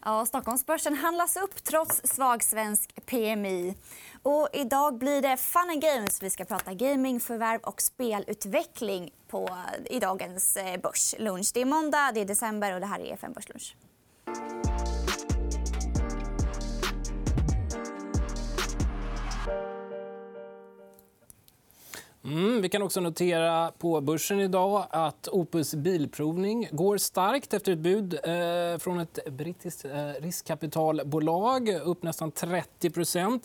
Ja, Stockholmsbörsen handlas upp trots svag svensk PMI. Och idag blir det Fun and Games. Vi ska prata gaming, förvärv och spelutveckling i dagens börslunch. Det är måndag, det är december och det här är EFN Börslunch. Vi kan också notera på börsen idag att Opus Bilprovning går starkt efter ett bud från ett brittiskt riskkapitalbolag, upp nästan 30%.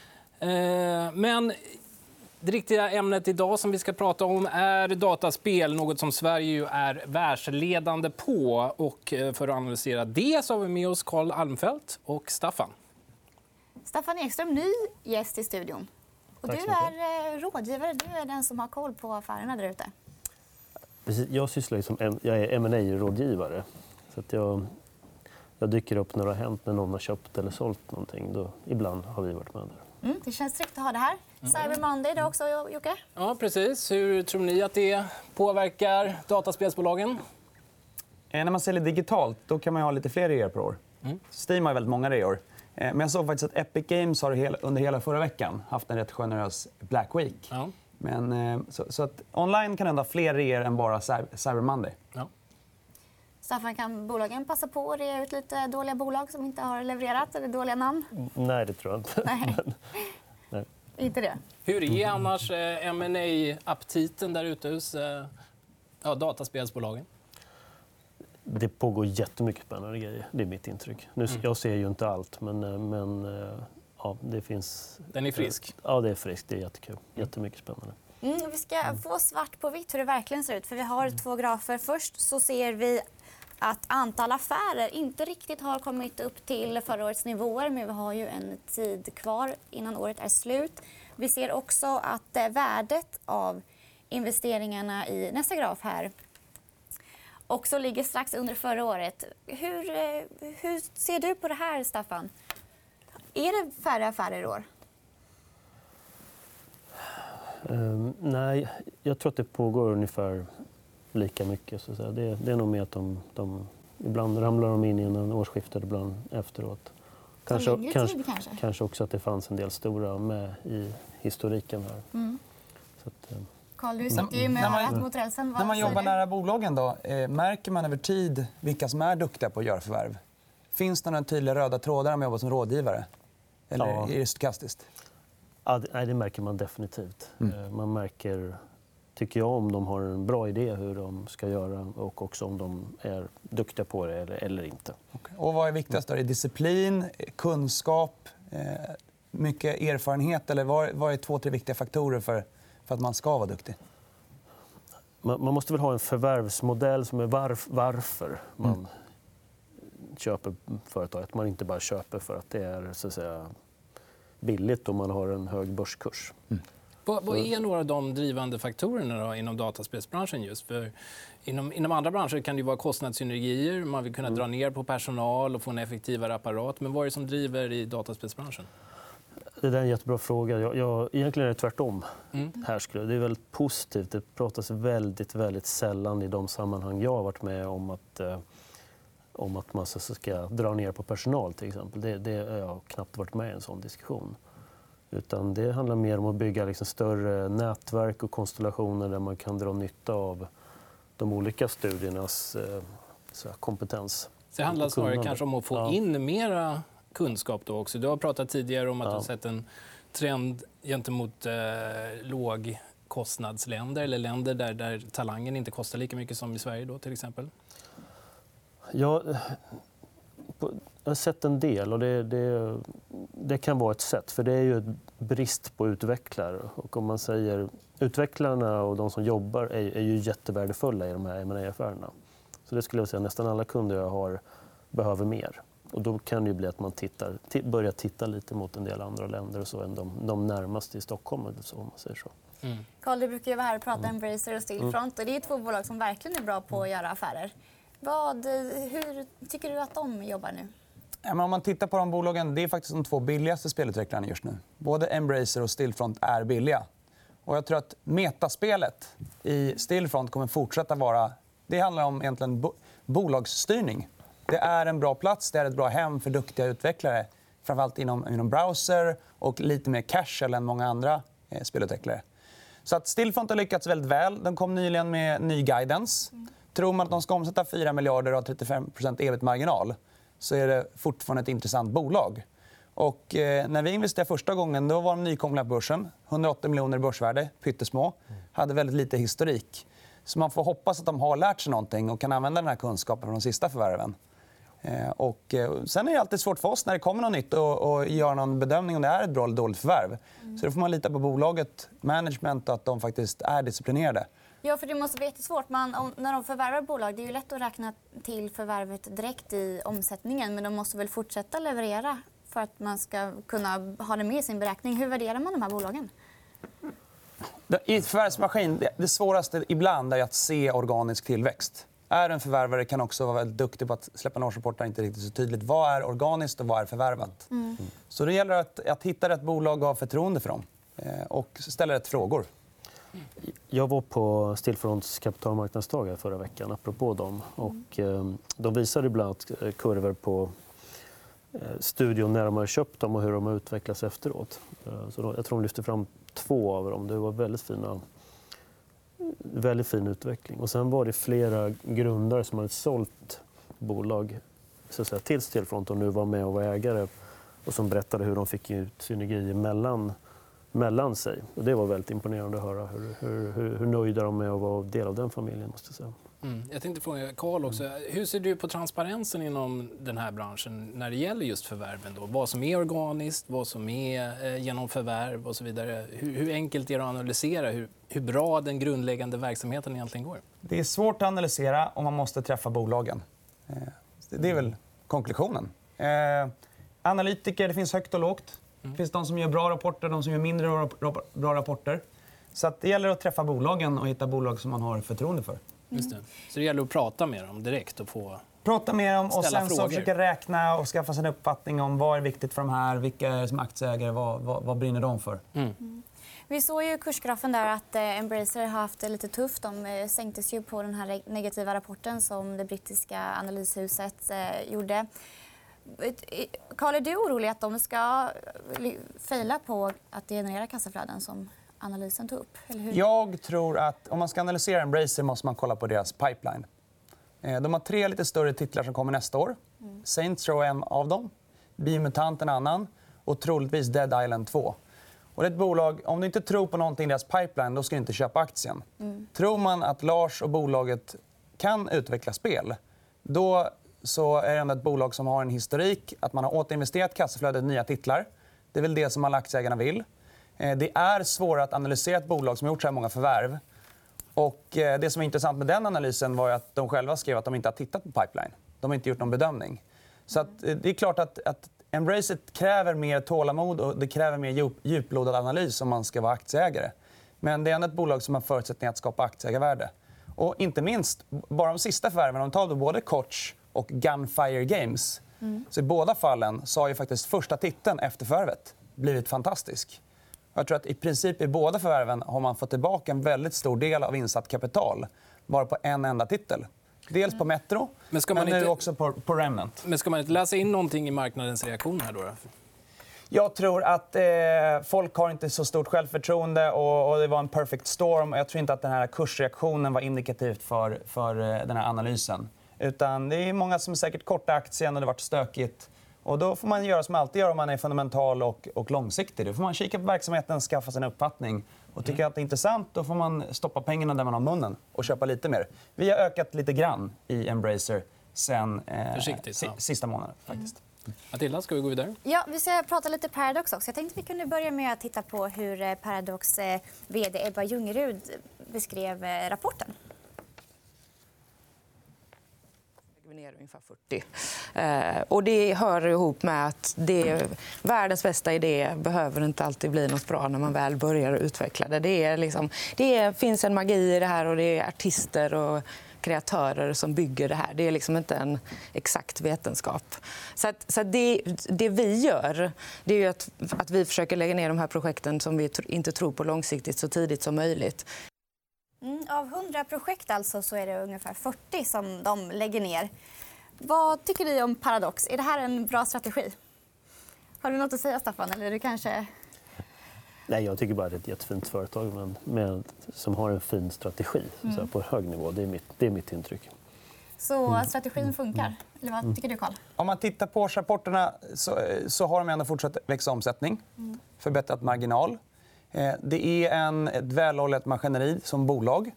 Men det riktiga ämnet idag som vi ska prata om är dataspel, något som Sverige ju är världsledande på. Och för att analysera det så har vi med oss Carl Almfelt och Staffan. Staffan Ekström, ny gäst i studion. Och du är rådgivare, du är den som har koll på affärerna där ute. Precis, jag är M&A-rådgivare. Så att jag dyker upp när det har hänt, när någon har köpt eller sålt någonting. Då, ibland har vi varit med där. Det känns tryggt att ha det här. Cyber Monday det också, Jocke? Ja, precis. Hur tror ni att det påverkar dataspelsbolagen? När man säljer digitalt då kan man ha lite fler reor per år. Steam har väldigt många reor. Men jag såg faktiskt att Epic Games har under hela förra veckan haft en rätt generös Black Week. Ja. Men, så att online kan ändå ha fler reor än bara Cyber Monday. Ja. Staffan, kan bolagen passa på att rea ut lite dåliga bolag som inte har levererat eller dåliga namn? Nej, det tror jag inte. Nej. Inte det. Hur är annars M&A-aptiten där ute hos dataspelsbolagen? Det pågår jättemycket spännande grejer. Det är mitt intryck. Jag ser ju inte allt, men ja, det finns... Den är frisk? Ja, det är frisk. Det är jättekul. Jättemycket spännande. Vi ska få svart på vitt hur det verkligen ser ut. För vi har två grafer. Först så ser vi att antal affärer inte riktigt har kommit upp till förra årets nivåer. Men vi har ju en tid kvar innan året är slut. Vi ser också att värdet av investeringarna i nästa graf här också ligger strax under förra året. Hur ser du på det här, Staffan? Är det färre affärer i år? Nej, jag tror att det pågår ungefär lika mycket. Så att säga. Det är nog mer att de ibland ramlar de in i en årsskifte, ibland efteråt. Kanske också att det fanns en del stora med i historiken här. Så att, Carl, du sitter ju med örat mot rälsen. När man jobbar nära bolagen då, märker man över tid vilka som är duktiga på att göra förvärv? Finns det några tydliga röda trådar när man jobbar som rådgivare? Eller är det stokastiskt? Ja, det märker man definitivt. Man märker, tycker jag, om de har en bra idé hur de ska göra och också om de är duktiga på det eller inte. Okay. Och vad är viktigast då? Är det disciplin, kunskap, mycket erfarenhet? Eller vad är 2-3 viktiga faktorer för att man ska vara duktig? Man måste väl ha en förvärvsmodell som är varför man köper företag. Att man inte bara köper för att det är så att säga, billigt om man har en hög börskurs. Vad är några av de drivande faktorerna då inom dataspelsbranschen? Just? För inom andra branscher kan det vara kostnadssynergier. Man vill kunna dra ner på personal och få en effektivare apparat. Men vad är det som driver i dataspelsbranschen? Det är en jättebra fråga. Egentligen är det tvärtom. Här det är väldigt positivt. Det pratas väldigt, väldigt sällan i de sammanhang jag har varit med om att man ska dra ner på personal till exempel. Det har jag knappt varit med i en sån diskussion. Utan det handlar mer om att bygga liksom större nätverk och konstellationer där man kan dra nytta av de olika studiernas kompetens. Så det handlar snarare kanske om att få in mera kunskap då också. Du har pratat tidigare om att du har sett en trend gentemot lågkostnadsländer eller länder där talangen inte kostar lika mycket som i Sverige då till exempel. Ja, jag har sett en del och det kan vara ett sätt. För det är ju ett brist på utvecklare. Och om man säger utvecklarna och de som jobbar är ju jättevärdefulla i de här M&A-affärerna. Så det skulle jag säga nästan alla kunder jag har behöver mer. Och då kan det ju bli att man börjar titta lite mot en del andra länder och så än de närmaste i Stockholm eller så, om man säger så. Carl, du brukar ju vara här och prata Embracer och Stillfront. Och det är två bolag som verkligen är bra på att göra affärer. Hur tycker du att de jobbar nu? Ja, men om man tittar på de bolagen, det är faktiskt de 2 billigaste spelutvecklarna just nu. Både Embracer och Stillfront är billiga. Och jag tror att metaspelet i Stillfront kommer fortsätta vara... Det handlar om egentligen bolagsstyrning. Det är en bra plats, det är ett bra hem för duktiga utvecklare. Framförallt inom browser och lite mer casual än många andra spelutvecklare. Så att Stillfront har lyckats väldigt väl. De kom nyligen med ny guidance. Tror man att de ska omsätta 4 miljarder och ha 35% ebit-marginal så är det fortfarande ett intressant bolag. Och när vi investerade första gången då var de nykomna på börsen. 180 miljoner i börsvärde, pyttesmå. Hade väldigt lite historik. Så man får hoppas att de har lärt sig någonting och kan använda den här kunskapen från de sista förvärven. Och sen är det alltid svårt för oss när det kommer något nytt och göra någon bedömning om det är ett bra eller dåligt förvärv. Så då får man lita på bolaget, management och att de faktiskt är disciplinerade. Ja, för det måste vara jättesvårt. När de förvärvar bolag, det är ju lätt att räkna till förvärvet direkt i omsättningen. Men de måste väl fortsätta leverera för att man ska kunna ha det med i sin beräkning. Hur värderar man de här bolagen? I förvärvsmaskin, det svåraste ibland är att se organisk tillväxt. Är en förvärvare kan också vara väldigt duktig på att släppa en årsrapport där inte riktigt så tydligt vad är organiskt och vad är förvärvat. Så det gäller att hitta rätt bolag och ha förtroende för dem och ställa rätt frågor. Jag var på Stillfronts kapitalmarknadsdagar förra veckan, apropå dem. Och, de visade bland annat kurvor på studion när de har köpt dem och hur de har utvecklats efteråt. Så jag tror de lyfte fram 2 av dem. Det var väldigt fin utveckling. Och sen var det flera grundare som hade sålt bolag så att säga, till Stillfront och nu var med och var ägare och som berättade hur de fick ut synergier mellan sig. Och det var väldigt imponerande att höra hur nöjda de är att vara del av den familjen. Måste jag säga. Jag tänkte fråga Carl också. Hur ser du på transparensen inom den här branschen när det gäller just förvärven? Då? Vad som är organiskt, vad som är genom förvärv och så vidare. Hur enkelt är det att analysera hur bra den grundläggande verksamheten egentligen går? Det är svårt att analysera om man måste träffa bolagen. Det är väl konklusionen. Analytiker, det finns högt och lågt. Det finns de som gör bra rapporter och de som gör mindre bra rapporter. Så att det gäller att träffa bolagen och hitta bolag som man har förtroende för. Just det. Så det gäller att prata med dem direkt och få prata med dem och sen frågor. så försöka räkna och skaffa sig en uppfattning om vad är viktigt för de här, vilka är som aktieägare, vad brinner de för. Vi såg ju kursgrafen där att Embracer har haft det lite tufft. De sänktes ju på den här negativa rapporten som det brittiska analyshuset gjorde. Carl, är du orolig att de ska fejla på att generera kassaflöden som analysen tog upp? Eller hur? Jag tror att om man ska analysera Embracer måste man kolla på deras pipeline. De har 3 lite större titlar som kommer nästa år. Saints Row är en av dem, Biomutant en annan och troligtvis Dead Island 2. Och det är ett bolag, om du inte tror på någonting i deras pipeline då ska du inte köpa aktien. Tror man att Lars och bolaget kan utveckla spel, då så är det ändå ett bolag som har en historik att man har återinvesterat kassaflödet i nya titlar. Det är väl det som alla aktieägarna vill. Det är svårare att analysera ett bolag som har gjort så här många förvärv. Och det som är intressant med den analysen var att de själva skrev att de inte har tittat på pipeline. De har inte gjort någon bedömning. Så att det är klart att Embracer kräver mer tålamod och det kräver mer djuplodad analys om man ska vara aktieägare. Men det är ändå ett bolag som har förutsättningar att skapa aktieägarvärde. Och inte minst, bara de sista förvärven, de tar då både Koch och Gunfire Games. Så i båda fallen så har ju faktiskt första titeln efter förvärvet blivit fantastisk. Jag tror att i princip i båda förvärven har man fått tillbaka en väldigt stor del av insatt kapital bara på en enda titel. Dels på Metro, men nu också på Remnant. Men ska man inte läsa in någonting i marknadens reaktion här då? Jag tror att folk har inte så stort självförtroende och det var en perfect storm. Jag tror inte att den här kursreaktionen var indikativt för den här analysen. Utan det är många som säkert korta aktien och det har varit stökigt. Och då får man göra som man alltid gör om man är fundamental och långsiktig. Då får man kika på verksamheten, skaffa sin uppfattning. Och tycker att det är intressant, då får man stoppa pengarna där man har munnen och köpa lite mer. Vi har ökat lite grann i Embracer sen sista månaden faktiskt. Matilda, ska vi gå vidare? Ja, vi ska prata lite Paradox också. Jag tänkte vi kunde börja med att titta på hur Paradox vd Ebba Ljungerud beskrev rapporten. Ner ungefär 40. Och det hör ihop med att världens bästa idé behöver inte alltid bli något bra när man väl börjar utveckla det. Det finns en magi i det här och det är artister och kreatörer som bygger det här. Det är liksom inte en exakt vetenskap. Så det vi gör, det är ju att vi försöker lägga ner de här projekten som vi inte tror på långsiktigt så tidigt som möjligt. Av 100 projekt alltså så är det ungefär 40 som de lägger ner. Vad tycker ni om Paradox? Är det här en bra strategi? Har du något att säga, Staffan? Eller är du kanske... Nej, jag tycker bara att det är ett jättefint företag som har en fin strategi så här, på hög nivå. Det är mitt intryck. Så strategin funkar? Eller vad tycker du, Carl? Om man tittar på årsrapporterna så har de ändå fortsatt växa omsättning, förbättrat marginal. Det är ett välhållet maskineri som bolag.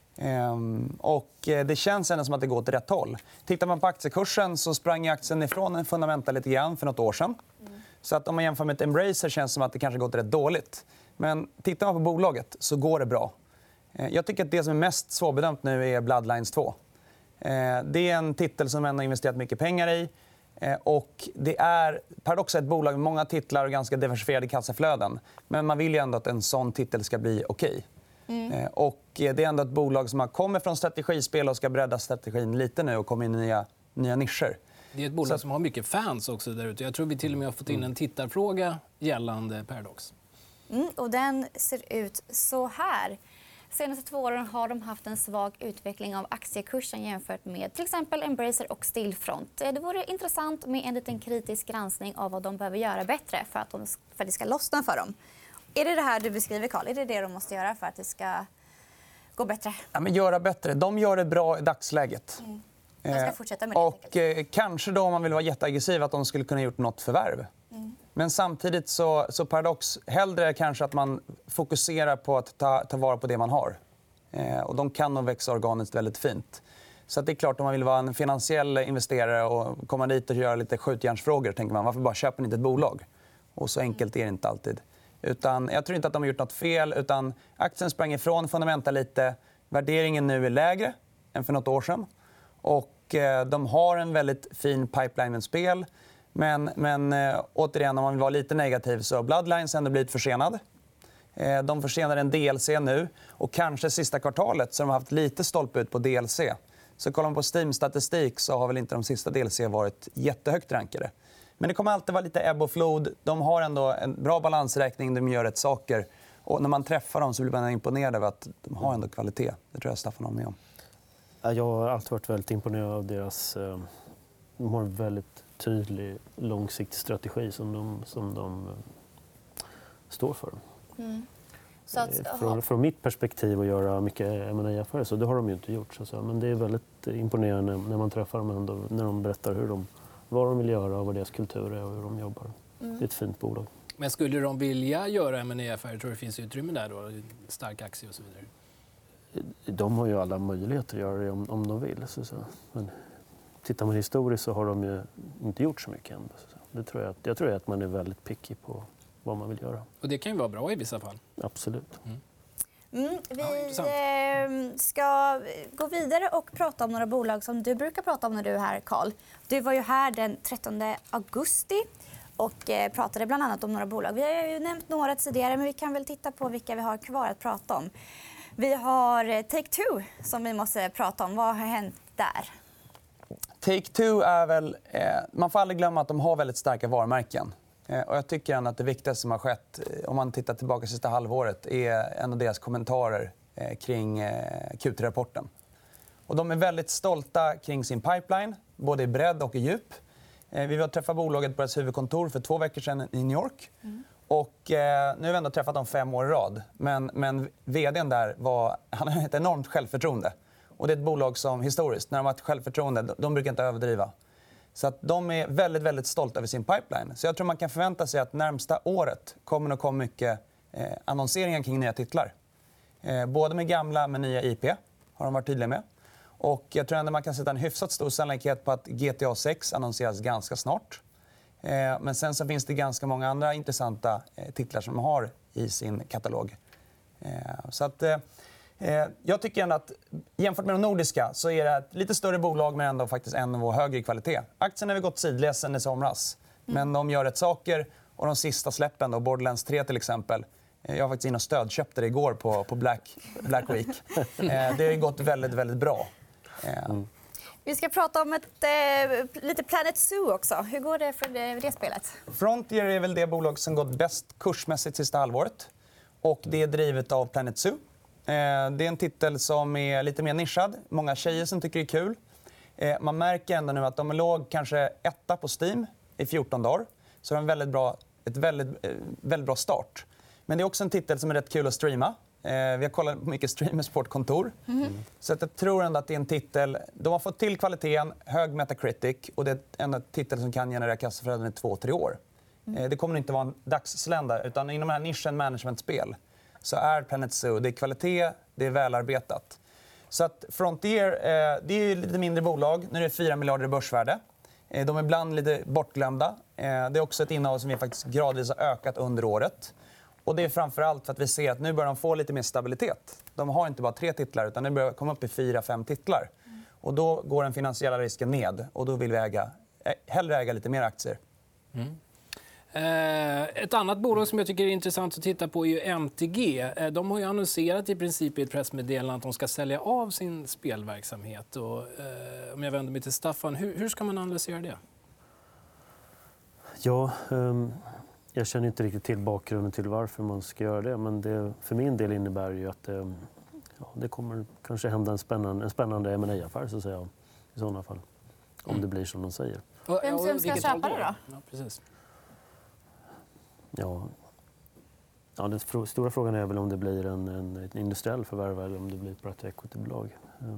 Och det känns ändå som att det går åt rätt håll. Tittar man på aktiekursen så sprang aktien ifrån en fundamenta lite grann för något år sedan. Så att om man jämför med ett Embracer känns det som att det kanske gått rätt dåligt. Men tittar man på bolaget så går det bra. Jag tycker att det som är mest svårbedömt nu är Bloodlines 2. Det är en titel som man har investerat mycket pengar i. Och det är Paradox är ett bolag med många titlar och ganska diversifierade kassaflöden. Men man vill ju ändå att en sån titel ska bli okej. Och det är ändå ett bolag som har kommit från strategispel och ska bredda strategin lite nu och komma in i nya nischer. Det är ett bolag som har mycket fans också där ute. Jag tror vi till och med har fått in en tittarfråga gällande Paradox. Och den ser ut så här. Senaste 2 åren har de haft en svag utveckling av aktiekursen jämfört med till exempel Embracer och Stillfront. Det vore intressant med en liten kritisk granskning av vad de behöver göra bättre för att det ska lossna för dem. Är det här du beskriver, Carl? Är det de måste göra för att det ska gå bättre? Ja, men göra bättre. De gör det bra i dagsläget. De ska fortsätta med det. Och kanske då, om man vill vara jätteaggressiv, att de skulle kunna gjort något förvärv. Men samtidigt så Paradox hellre kanske att man fokuserar på att ta vara på det man har. Och de kan nog växa organiskt väldigt fint. Så att det är klart, om man vill vara en finansiell investerare och komma dit och göra lite skjutjärnsfrågor, tänker man, varför bara köper ni inte ett bolag? Och så enkelt är det inte alltid. Utan jag tror inte att de har gjort något fel, utan aktien sprang ifrån fundamenta lite. Värderingen nu är lägre än för något år sedan. Och de har en väldigt fin pipeline med spel. Men återigen, om man vill vara lite negativ, så har Bloodlines ändå blivit försenad. De försenar en DLC nu och kanske sista kvartalet så de har haft lite stolpe ut på DLC. Så kollar man på Steam-statistik så har väl inte de sista DLC varit jättehögt rankade. Men det kommer alltid vara lite ebb och flod. De har ändå en bra balansräkning, de gör rätt saker. Och när man träffar dem så blir man imponerad över att de har ändå kvalitet. Det tror jag Staffan har med om. Jag har alltid varit väldigt imponerad av deras... De har en väldigt tydlig, långsiktig strategi som de står för. Så att, från mitt perspektiv att göra mycket M&A-affärer, så det har de ju inte gjort. Så. Men det är väldigt imponerande när man träffar dem ändå, när de berättar vad de vill göra och vad deras kultur är och hur de jobbar. Det är ett fint bolag. Men skulle de vilja göra M&A-affärer, tror du det finns utrymme där då? Stark aktie och så vidare? De har ju alla möjligheter att göra det om de vill. Så. Men tittar man historiskt så har de ju inte gjort så mycket än. Jag tror att man är väldigt picky på vad man vill göra. Och det kan ju vara bra i vissa fall. Absolut. Vi ska gå vidare och prata om några bolag som du brukar prata om när du är här, Carl. Du var ju här den 13 augusti och pratade bland annat om några bolag. Vi har ju nämnt några tidigare, men vi kan väl titta på vilka vi har kvar att prata om. Vi har Take-Two som vi måste prata om. Vad har hänt där? Take-Two är väl... man får aldrig glömma att de har väldigt starka varumärken. Och jag tycker ändå att det viktigaste som har skett, om man tittar tillbaka sista halvåret, är ändå deras kommentarer kring Q3-rapporten. Och de är väldigt stolta kring sin pipeline, både i bredd och i djup. Vi var träffa bolaget på deras huvudkontor för 2 veckor sedan i New York. Och nu har vi ändå träffat dem 5 år i rad. Men vdn där han har ett enormt självförtroende. Och det är ett bolag som historiskt, när de har ett självförtroende, de brukar inte överdriva. Så att de är väldigt, väldigt stolta över sin pipeline. Så jag tror man kan förvänta sig att närmsta året kommer det att komma mycket annonseringar kring nya titlar. Både med gamla med nya IP har de varit tydliga med. Och jag tror ändå man kan sätta en hyfsat stor sannolikhet på att GTA 6 annonseras ganska snart. Men sen så finns det ganska många andra intressanta titlar som de har i sin katalog. Så att... jag tycker ändå att jämfört med de nordiska så är det ett lite större bolag men ändå faktiskt en nivå högre i kvalitet. Aktien har vi gått sidledes sen i somras. Men de gör rätt saker och de sista släppen, då, Borderlands 3 till exempel. Jag har faktiskt in och stödköpte det igår på Black Week. Det har gått väldigt, väldigt bra. Vi ska prata om lite Planet Zoo också. Hur går det för det spelet? Frontier är väl det bolag som gått bäst kursmässigt sista halvåret. Och det är drivet av Planet Zoo. Det är en titel som är lite mer nischad. Många tjejer som tycker det är kul. Man märker ändå nu att de låg kanske etta på Steam i 14 dagar. Så det är väldigt bra start. Men det är också en titel som är rätt kul att streama. Vi har kollat på mycket streamers på vårt kontor. Så att jag tror ändå att det är en titel... De har fått till kvaliteten, hög Metacritic, och det är en titel som kan generera kassaflöden i 2-3 år. Det kommer inte vara en dagslända, utan inom den här nischen managementspel så är Planet Zoo, det är kvalitet, det är välarbetat. Så att Frontier, det är lite mindre bolag. Nu är det 4 miljarder i börsvärde. De är ibland lite bortglömda. Det är också ett innehav som vi faktiskt gradvis har ökat under året. Och det är framförallt för att vi ser att nu börjar de få lite mer stabilitet. De har inte bara 3 titlar, utan det börjar komma upp i 4-5 titlar. Och då går den finansiella risken ned, och då vill vi hellre äga lite mer aktier. Ett annat bolag som jag tycker är intressant att titta på är ju MTG. De har ju annonserat i princip i ett pressmeddelande att de ska sälja av sin spelverksamhet. Och, om jag vänder mig till Staffan, hur ska man analysera det? Ja, jag känner inte riktigt till bakgrunden till varför man ska göra det. Men det, för min del innebär ju att det kommer kanske hända en spännande M&A-affär så att säga, i sådana fall. Om det blir som de säger. Vem som ska köpa det då? Ja, precis. Ja, den stora frågan är väl om det blir en industriell förvärv eller om det blir ett private equity-bolag.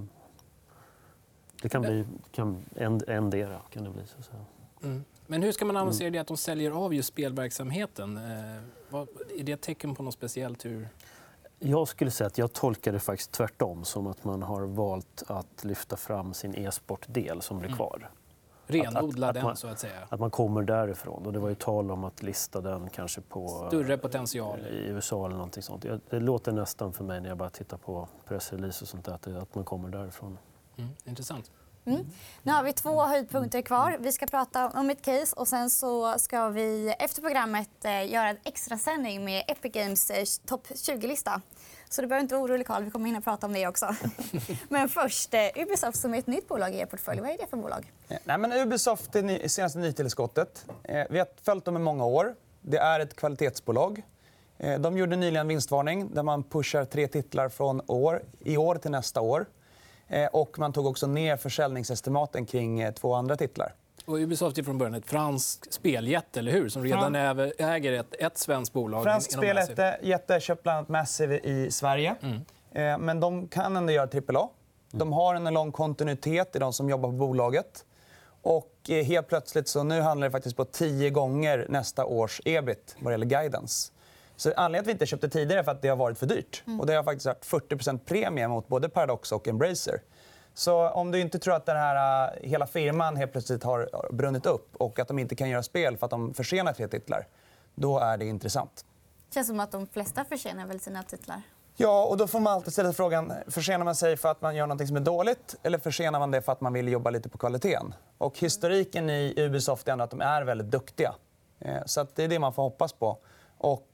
Det kan bli endera, kan det bli så att säga. Men hur ska man analysera det att de säljer av just spelverksamheten? Är det ett tecken på något speciellt? Jag skulle säga att jag tolkar det faktiskt tvärtom, som att man har valt att lyfta fram sin e-sportdel som blir kvar. Renodla att den, så att säga. Att man kommer därifrån. Och det var ju tal om att lista den kanske på... Större potential. I USA eller någonting sånt. Det låter nästan för mig när jag bara tittar på pressrelease och sånt där, att man kommer därifrån. Intressant. Nu har vi 2 höjdpunkter kvar. Vi ska prata om ett case och sen så ska vi efter programmet göra en extra sändning med Epic Games topp 20-lista. Så du behöver inte vara orolig, Carl. Vi kommer hinna prata om det också. Men först, Ubisoft som är ett nytt bolag i er portfölj. Vad är det för bolag? Nej, men Ubisoft är det senaste nytillskottet. Vi har följt dem i många år. Det är ett kvalitetsbolag. De gjorde nyligen vinstvarning där man pushar 3 titlar från i år till nästa år. Och man tog också ner försäljningsestimaten kring 2 andra titlar. Och Ubisoft är från början ett franskt speljätte, eller hur? Som redan äger ett svenskt bolag. Franskt speljätte köpt bland annat Massive i Sverige. Men de kan ändå göra AAA. De har en lång kontinuitet i de som jobbar på bolaget. Och helt plötsligt så nu handlar det faktiskt på 10 gånger nästa års ebit vad det gäller guidance. Så anledningen att vi inte köpte tidigare är för att det har varit för dyrt. Och det har faktiskt varit 40% premie mot både Paradox och Embracer. Så om du inte tror att den här, hela firman helt plötsligt har brunnit upp och att de inte kan göra spel för att de försenar 3 titlar, då är det intressant. Det känns som att de flesta försenar väl sina titlar. Ja, och då får man alltid ställa frågan, försenar man sig för att man gör något som är dåligt eller försenar man det för att man vill jobba lite på kvaliteten? Och historiken i Ubisoft är ändå att de är väldigt duktiga. Så att det är det man får hoppas på. Och,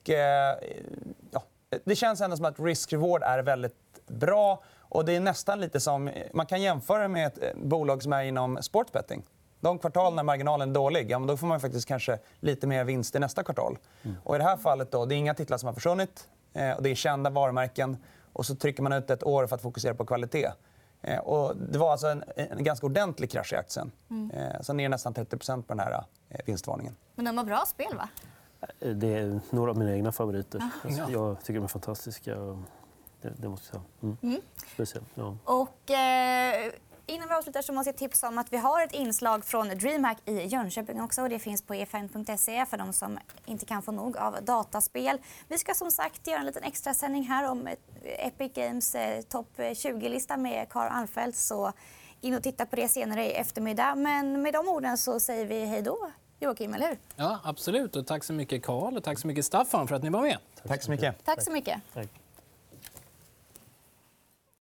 det känns ändå som att risk-reward är väldigt bra. Och det är nästan lite som... Man kan jämföra med ett bolag som är inom sportsbetting. De kvartal när marginalen är dålig, då får man faktiskt kanske lite mer vinst i nästa kvartal. Och i det här fallet då, det är inga titlar som har försvunnit. Och det är kända varumärken. Och så trycker man ut ett år för att fokusera på kvalitet. Och det var alltså en ganska ordentlig krasch i aktien. Så ner nästan 30% på den här vinstvarningen. Men de har bra spel, va? Det är några av mina egna favoriter. Alltså, jag tycker de är fantastiska. Det måste jag säga. Speciellt, ja. Och, innan vi avslutar så måste jag tipsa om att vi har ett inslag från DreamHack i Jönköping också. Och det finns på efn.se för de som inte kan få nog av dataspel. Vi ska som sagt göra en liten extra sändning här om Epic Games topp 20-lista med Carl Alfelt. Så in och titta på det senare i eftermiddag. Men med de orden så säger vi hej då. Joakim, eller hur? Ja, absolut. Och tack så mycket, Carl, och tack så mycket, Staffan, för att ni var med. Tack så mycket. Tack så mycket. Tack.